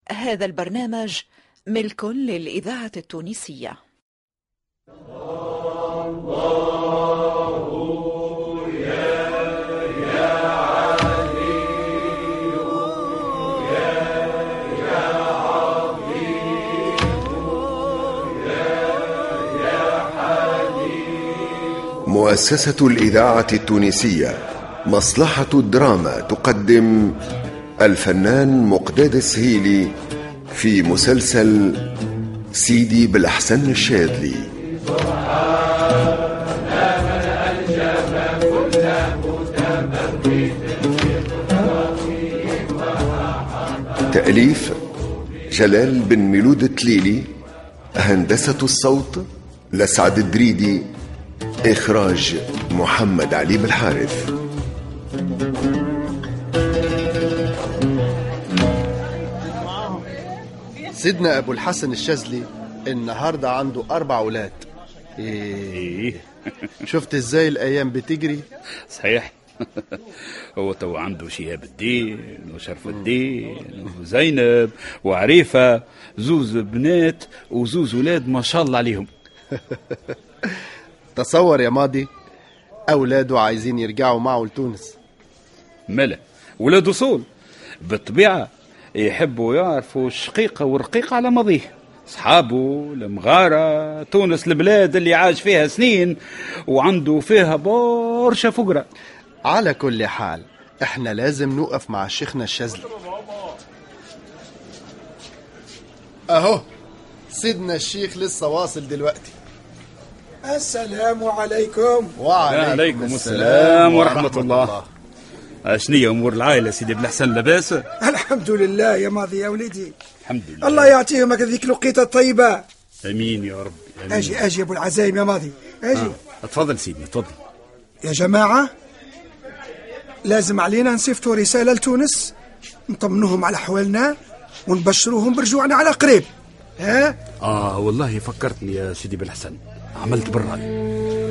هذا البرنامج ملك للإذاعة التونسية. مؤسسة الإذاعة التونسية مصلحة الدراما تقدم الفنان مقداد السهيلي في مسلسل سيدي بالحسن الشاذلي. تأليف جلال بن ميلود التليلي، هندسة الصوت لسعد الدريدي، إخراج محمد علي بالحارث. سيدنا أبو الحسن الشاذلي النهاردة عنده 4 أولاد. إيه شفت إزاي الأيام بتجري؟ صحيح. هو تو عنده شهاب الدين وشرف الدين وزينب وعريفة، زوز بنات وزوز ولاد ما شاء الله عليهم. تصور يا ماضي، أولاده عايزين يرجعوا معه لتونس. ملا ولاد وصول بالطبيعة يحبوا يعرفوا الشقيقة والرقيقة على ماضيه، صحابه المغارة، تونس البلاد اللي عاش فيها سنين وعنده فيها برشا فقرة. على كل حال احنا لازم نوقف مع شيخنا الشاذلي. اهو سيدنا الشيخ لسه واصل دلوقتي. السلام عليكم. وعليكم السلام ورحمة الله. شنية أمور العائلة سيدي بالحسن؟ لاباس؟ الحمد لله يا ماضي يا وليدي. الحمد لله. الله يعطيهم هذيك الوقيته الطيبة. امين يا رب. أمين. اجي ابو العزايم يا ماضي اجي. اتفضل سيدي اتفضل. يا جماعة لازم علينا نصيفطوا رسالة لتونس نطمنوهم على أحوالنا ونبشروهم برجوعنا على قريب. ها؟ والله فكرتني يا سيدي بالحسن، عملت بالرأي.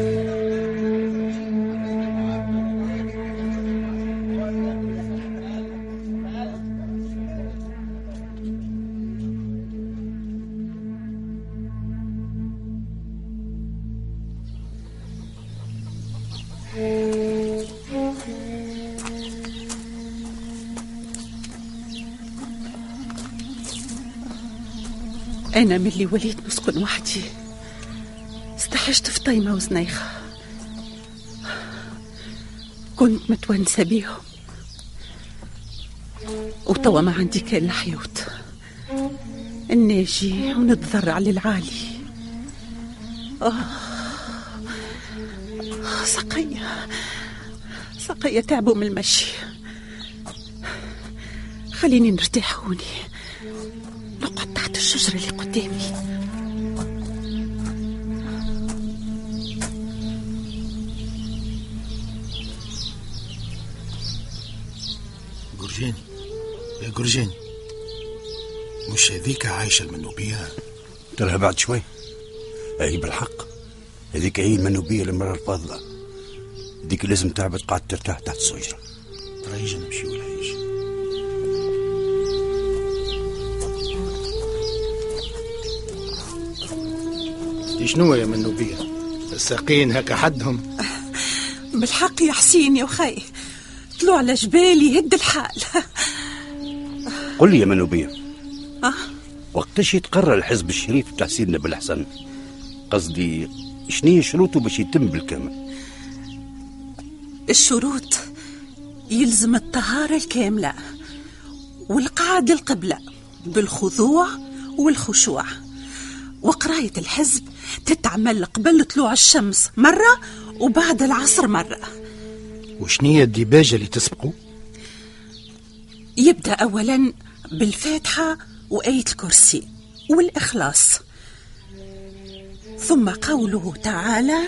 أنا من اللي وليت نسكن وحدي استحشت في طيمة وزنيخة، كنت متونسة بيهم وتوا ما عندي كان الحيوت الناجي ونتضرع للعالي. سقية تعبوا من المشي، خليني نرتاحوني نقعد تحت الشجرة اللي قدامي. جرجاني يا جرجاني، مش هذيك عايشة المنوبية؟ ترى بعد شوي. هي بالحق هذيك هي المنوبية المرأة الفاضلة، هذيك لازم تعبد قاعد ترتاح تحت الشجرة. ترى يجي نمشي ولا يجي؟ شنو يا منوبية الساقين هكا حدهم؟ بالحق يا حسين يا وخي، طلعوا على جبال يهد الحال. قل لي يا منوبية، وقتاش يتقرر الحزب الشريف بتاع سيدنا بالحسن؟ قصدي شنية شروطه باش يتم بالكامل؟ الشروط يلزم الطهارة الكاملة والقعاد القبلة بالخضوع والخشوع، وقراية الحزب تتعمل قبل طلوع الشمس مرة وبعد العصر مرة. وشنية الديباجة اللي تسبقوا؟ يبدأ أولا بالفاتحة وآية الكرسي والإخلاص، ثم قوله تعالى: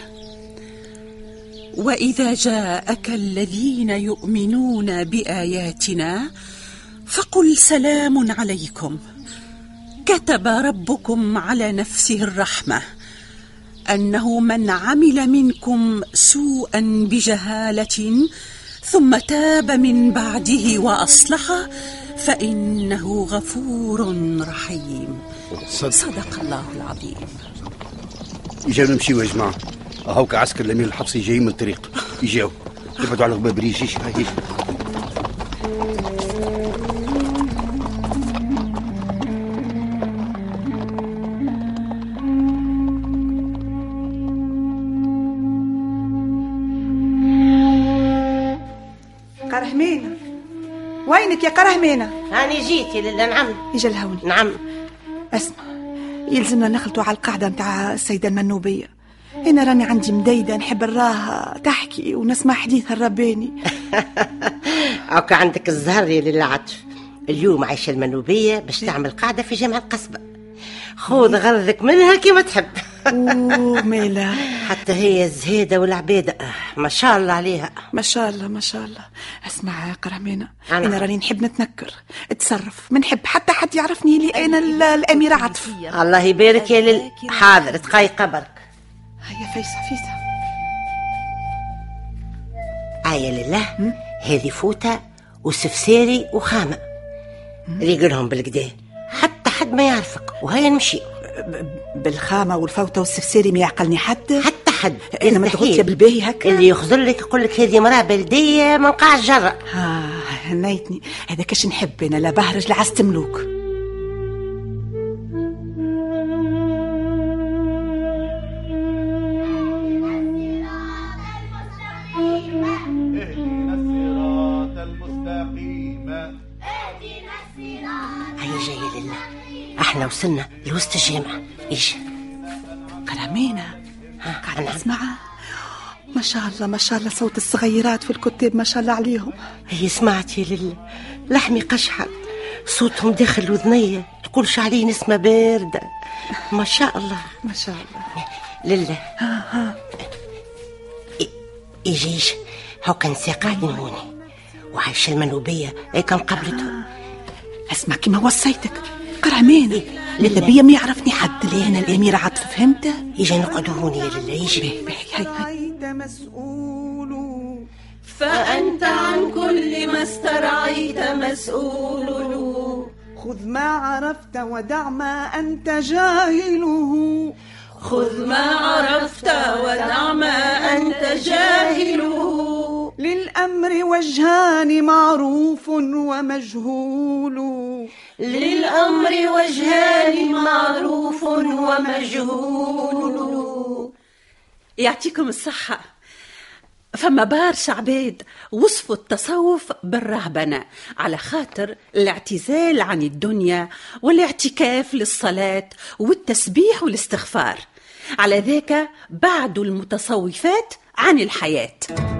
وإذا جاءك الذين يؤمنون بآياتنا فقل سلام عليكم كتب ربكم على نفسه الرحمة أنه من عمل منكم سوءا بجهالة ثم تاب من بعده وأصلح فإنه غفور رحيم. صدق الله العظيم. يجاو نمشيو يا جماعة، هاوك عسكر الأمير الحفصي جايين من الطريق، يجاو ابعدوا على غباب ريش. قرهمينة، وينك يا قرهمينة؟ هاني جيتي لله. نعم يجا الهوني. نعم. اسمع، يلزمنا نخلطوا على القاعدة متاع السيدة المنوبية. أنا راني عندي مديدة نحب نراها تحكي ونسمع حديثها الرباني. أوكا عندك الزهر يا لله عطف. اليوم عايشة المنوبية باش تعمل قاعدة في جامع القصبة. خذ غرضك منها كيما تحب. أوه ميلا، حتى هي الزهيدة والعبيدة ما شاء الله عليها. ما شاء الله ما شاء الله. اسمع يا قرهمينة، أنا راني نحب نتنكر اتصرف، ما نحب حتى حد يعرفني لي أنا الأميرة عطف. الله يبارك يا لل. حاضر تقاي قبرك. هيا فيسة. آية لله. هذه فوتة وسفسيري وخامة ريقلهم بالكدا حتى حد ما يعرفك. وهيا نمشي. بالخامة والفوتة والسفسيري ما يعقلني حتى حد. أنا ما تغطي بالباهي هكا. اللي يخزر لك يقول لك هذه مرأة بلدية من قاع الجرة. هنيتني هذا كاش نحب أنا، لا بهرج لا عست ملوك. هيا جاية لله، احنا وصلنا لوسط الجامع. ايش قرهمينة قاعدة اسمعها؟ ما شاء الله ما شاء الله، صوت الصغيرات في الكتاب ما شاء الله عليهم. هي سمعت يا لله، لحمي قشحة صوتهم داخل وذنية، تقولش عليه نسمة باردة. ما شاء الله ما شاء الله لله. يجيش هو كان قاعدين هوني وعايشة المنوبية كان قبلتهم. اسمع كما وصيتك قرهمينة، لله بيا ما يعرفني حد لي أنا الأميرة عطف، فهمت؟ يجي نقعدوا هوني يا لله. يجي مسؤول، فأنت عن كل ما استرعيت مسؤول. خذ ما عرفت ودع ما أنت جاهله. خذ ما عرفت ودع ما أنت جاهله. للأمر وجهان معروف ومجهول. للأمر وجهان معروف ومجهول. يعطيكم الصحة. فما بارش عباد وصفوا التصوف بالرهبنة على خاطر الاعتزال عن الدنيا والاعتكاف للصلاة والتسبيح والاستغفار. على ذاك بعد المتصوفات عن الحياة.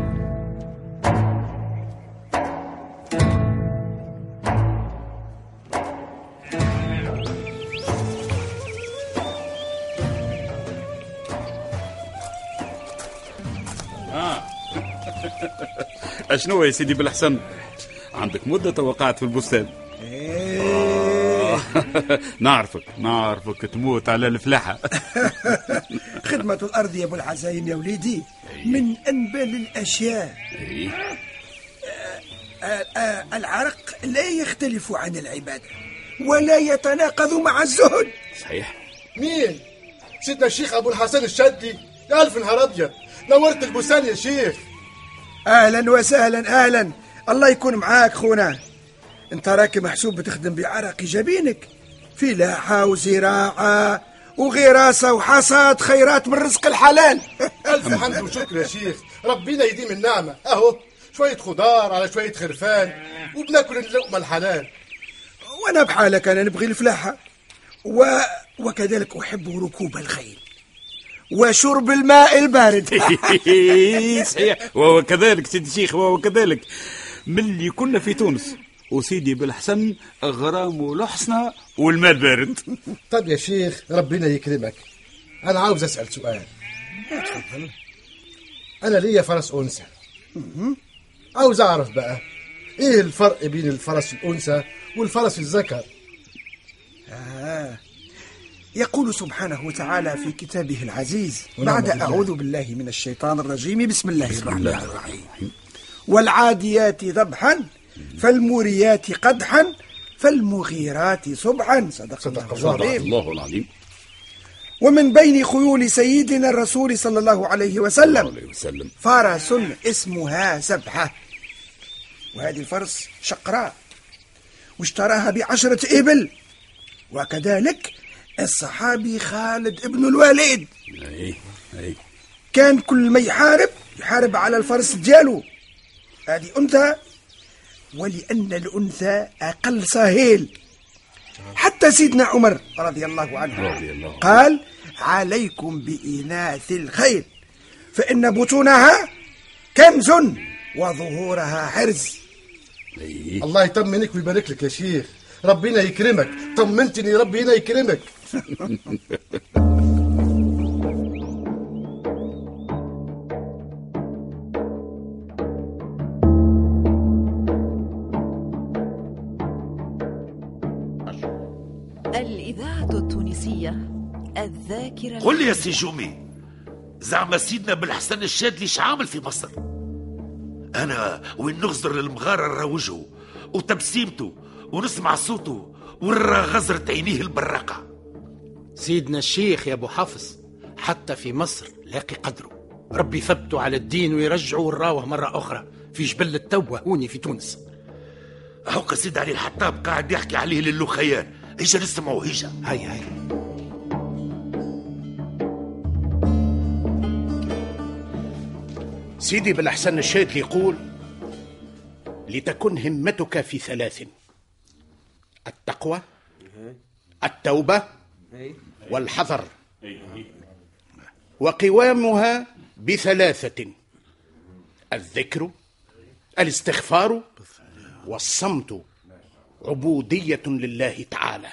اشنو يا سيدي بالحسن؟ عندك مدة توقعت في البستان. نعرفك تموت على الفلاحة. خدمة الأرض يا أبو الحسين يا وليدي من أنبل الأشياء. العرق لا يختلف عن العبادة ولا يتناقض مع الزهد. صحيح. مين؟ سيدنا الشيخ أبو الحسن الشادي. يا ألف نهار أبيض، نورت البستان يا شيخ. أهلا وسهلا. أهلا، الله يكون معاك خونا. انت راكي محسوب بتخدم بعرق جبينك، فلاحة وزراعة وغراسة وحصاد خيرات من رزق الحلال. ألف حمد وشكر يا شيخ، ربنا يديم النعمة. أهو شوية خضار على شوية خرفان وبناكل اللقمة الحلال. وأنا بحالك، أنا نبغي الفلاحة وكذلك أحب ركوب الخيل وشرب الماء البارد. صحيح، وهو كذلك سيدي الشيخ، وهو كذلك. من اللي كنا في تونس وسيدي بالحسن غرام الحسنى والماء البارد. طب يا شيخ ربنا يكرمك، أنا عاوز أسأل سؤال. تفضل. أنا ليا فرس أنثى، عاوز أعرف بقى إيه الفرق بين الفرس الأنثى والفرس الذكر؟ يقول سبحانه وتعالى في كتابه العزيز بعد أعوذ بالله من الشيطان الرجيم بسم الله الرحمن الرحيم: والعاديات ضبحا فالموريات قدحا فالمغيرات صبحا. صدق الله العظيم. ومن بين خيول سيدنا الرسول صلى الله عليه وسلم فرس اسمها سبحة، وهذه الفرس شقراء واشتراها ب10 إبل. وكذلك الصحابي خالد ابن الوليد كان كل ما يحارب على الفرس ديالو. هذه أنثى، ولأن الأنثى أقل صهيل. حتى سيدنا عمر رضي الله عنه قال: عليكم بإناث الخيل فإن بطونها كنز وظهورها حرز. الله يطمنك ويبارك لك يا شيخ، ربنا يكرمك. طمنتني، ربنا يكرمك. الإذاعة التونسية الذاكرة. قل لي يا سي جومي، زعما سيدنا بالحسن الشاذلي شعامل في مصر؟ أنا وين نغزر المغارة نروجه وتبسيمته ونسمع صوته ورا غزرة عينيه البراقة. سيدنا الشيخ يا أبو حفص حتى في مصر لاقي قدره، ربي يثبته على الدين ويرجعه وراوه مرة أخرى في جبل التوبة هوني في تونس. هوكا سيد علي الحطاب قاعد يحكي عليه للخيان، هيجا نسمعوا هيجا. هاي سيدي بالحسن الشاذلي يقول: لتكن همتك في 3: التقوى، التوبة، والحذر. وقوامها ب3: الذكر، الاستغفار، والصمت، عبودية لله تعالى.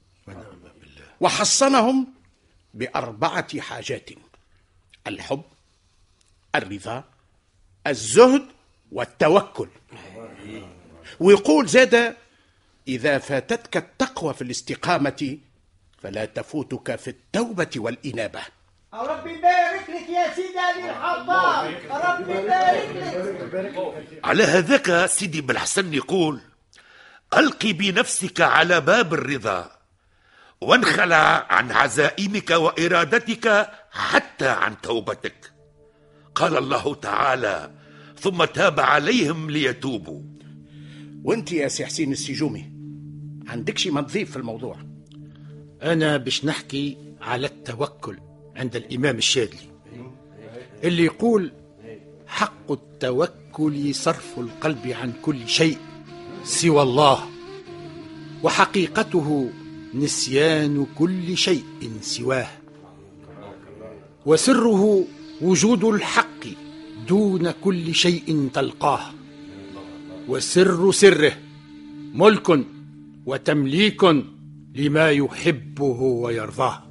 وحصنهم ب4 حاجات: الحب، الرضا، الزهد، والتوكل. ويقول زاد: إذا فاتتك التقوى في الاستقامة فلا تفوتك في التوبة والإنابة. ربي يبارك لك يا سيدي علي الحطاب، ربي يبارك لك. على هذاك سيدي بالحسن يقول: ألقي بنفسك على باب الرضا وانخلع عن عزائمك وإرادتك حتى عن توبتك. قال الله تعالى: ثم تاب عليهم ليتوبوا. وانت يا سي حسين السجومي عندك شي ما تضيف في الموضوع؟ أنا باش نحكي على التوكل عند الإمام الشاذلي اللي يقول: حق التوكل صرف القلب عن كل شيء سوى الله، وحقيقته نسيان كل شيء سواه، وسره وجود الحق دون كل شيء تلقاه، وسر سره ملك وتمليك لما يحبه ويرضاه.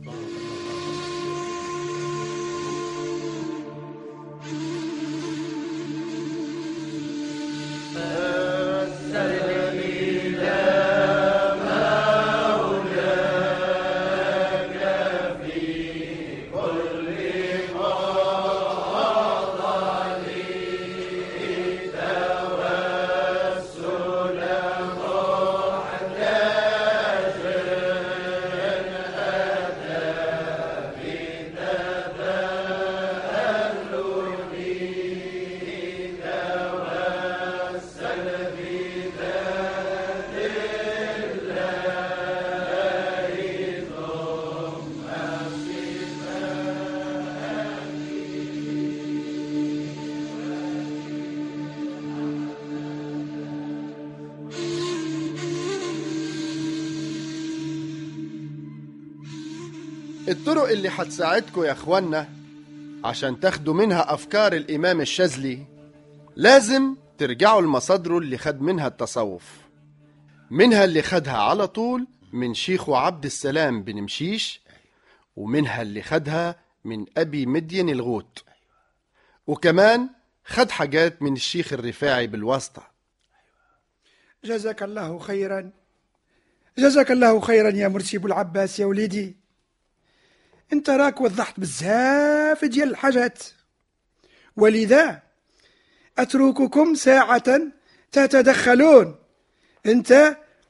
الطرق اللي حتساعدكم يا اخوانا عشان تاخدوا منها افكار الامام الشاذلي لازم ترجعوا لمصادره اللي خد منها التصوف، منها اللي خدها على طول من شيخه عبد السلام بن مشيش، ومنها اللي خدها من أبي مدين الغوت، وكمان خد حاجات من الشيخ الرفاعي بالواسطة. جزاك الله خيرا، جزاك الله خيرا يا مرسي ابو العباس يا وليدي، انت راك وضحت بزاف ديال الحاجات، ولذا اترككم ساعة تتدخلون انت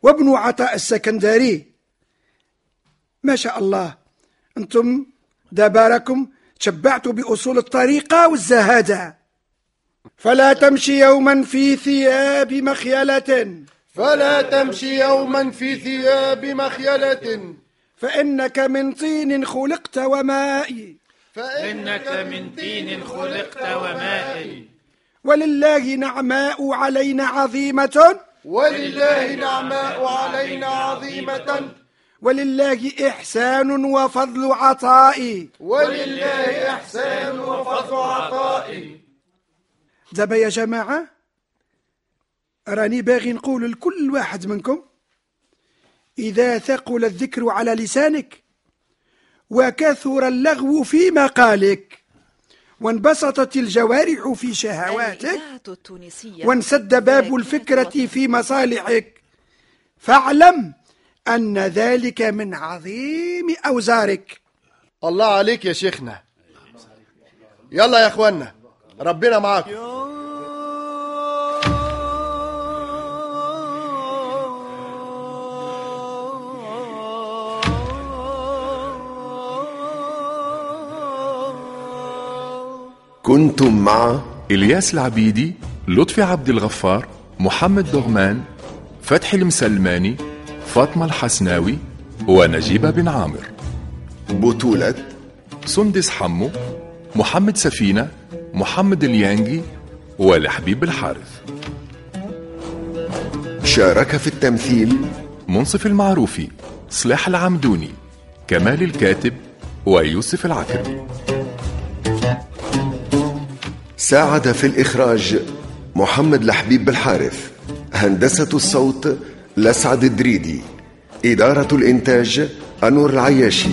وابن عطاء السكندري. ما شاء الله، أنتم داباركم تشبعتوا بأصول الطريقة والزهادة. فلا تمشي يوما في ثياب مخيلة، فلا تمشي يوما في ثياب مخيلة، فإنك من طين خلقت وماء، فإنك من طين خلقت وماء، ولله نعماء علينا عظيمة، ولله نعماء علينا عظيمة، ولله إحسان وفضل عطاء، ولله إحسان وفضل عطاء. دابا يا جماعة راني باغي نقول لكل واحد منكم: إذا ثقل الذكر على لسانك وكثر اللغو في مقالك وانبسطت الجوارح في شهواتك وانسد باب الفكرة في مصالحك، فاعلم أن ذلك من عظيم أوزارك. الله عليك يا شيخنا. يلا يا أخوانا، ربنا معاكم. كنتم مع إلياس العبيدي، لطفي عبد الغفار، محمد دغمان، فتحي المسلماني، فاطمة الحسناوي، ونجيبة بن عامر. بطولة سندس حمو، محمد سفينة، محمد اليانجي، والحبيب الحارث. شارك في التمثيل منصف المعروفي، صلاح العمدوني، كمال الكاتب، ويوسف العكرمي. ساعد في الإخراج محمد الحبيب الحارث، هندسة الصوت لسعد الدريدي، إدارة الإنتاج أنور العياشي.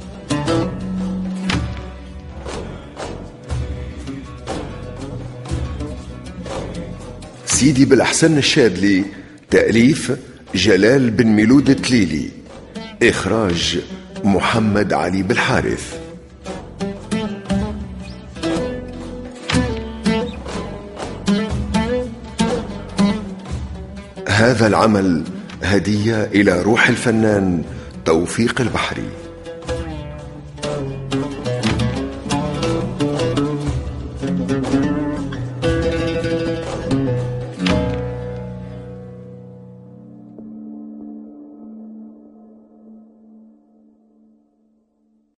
سيدي بالأحسن الشاذلي، تأليف جلال بن ميلود تليلي، إخراج محمد علي بالحارث. هذا العمل هدية إلى روح الفنان توفيق البحري.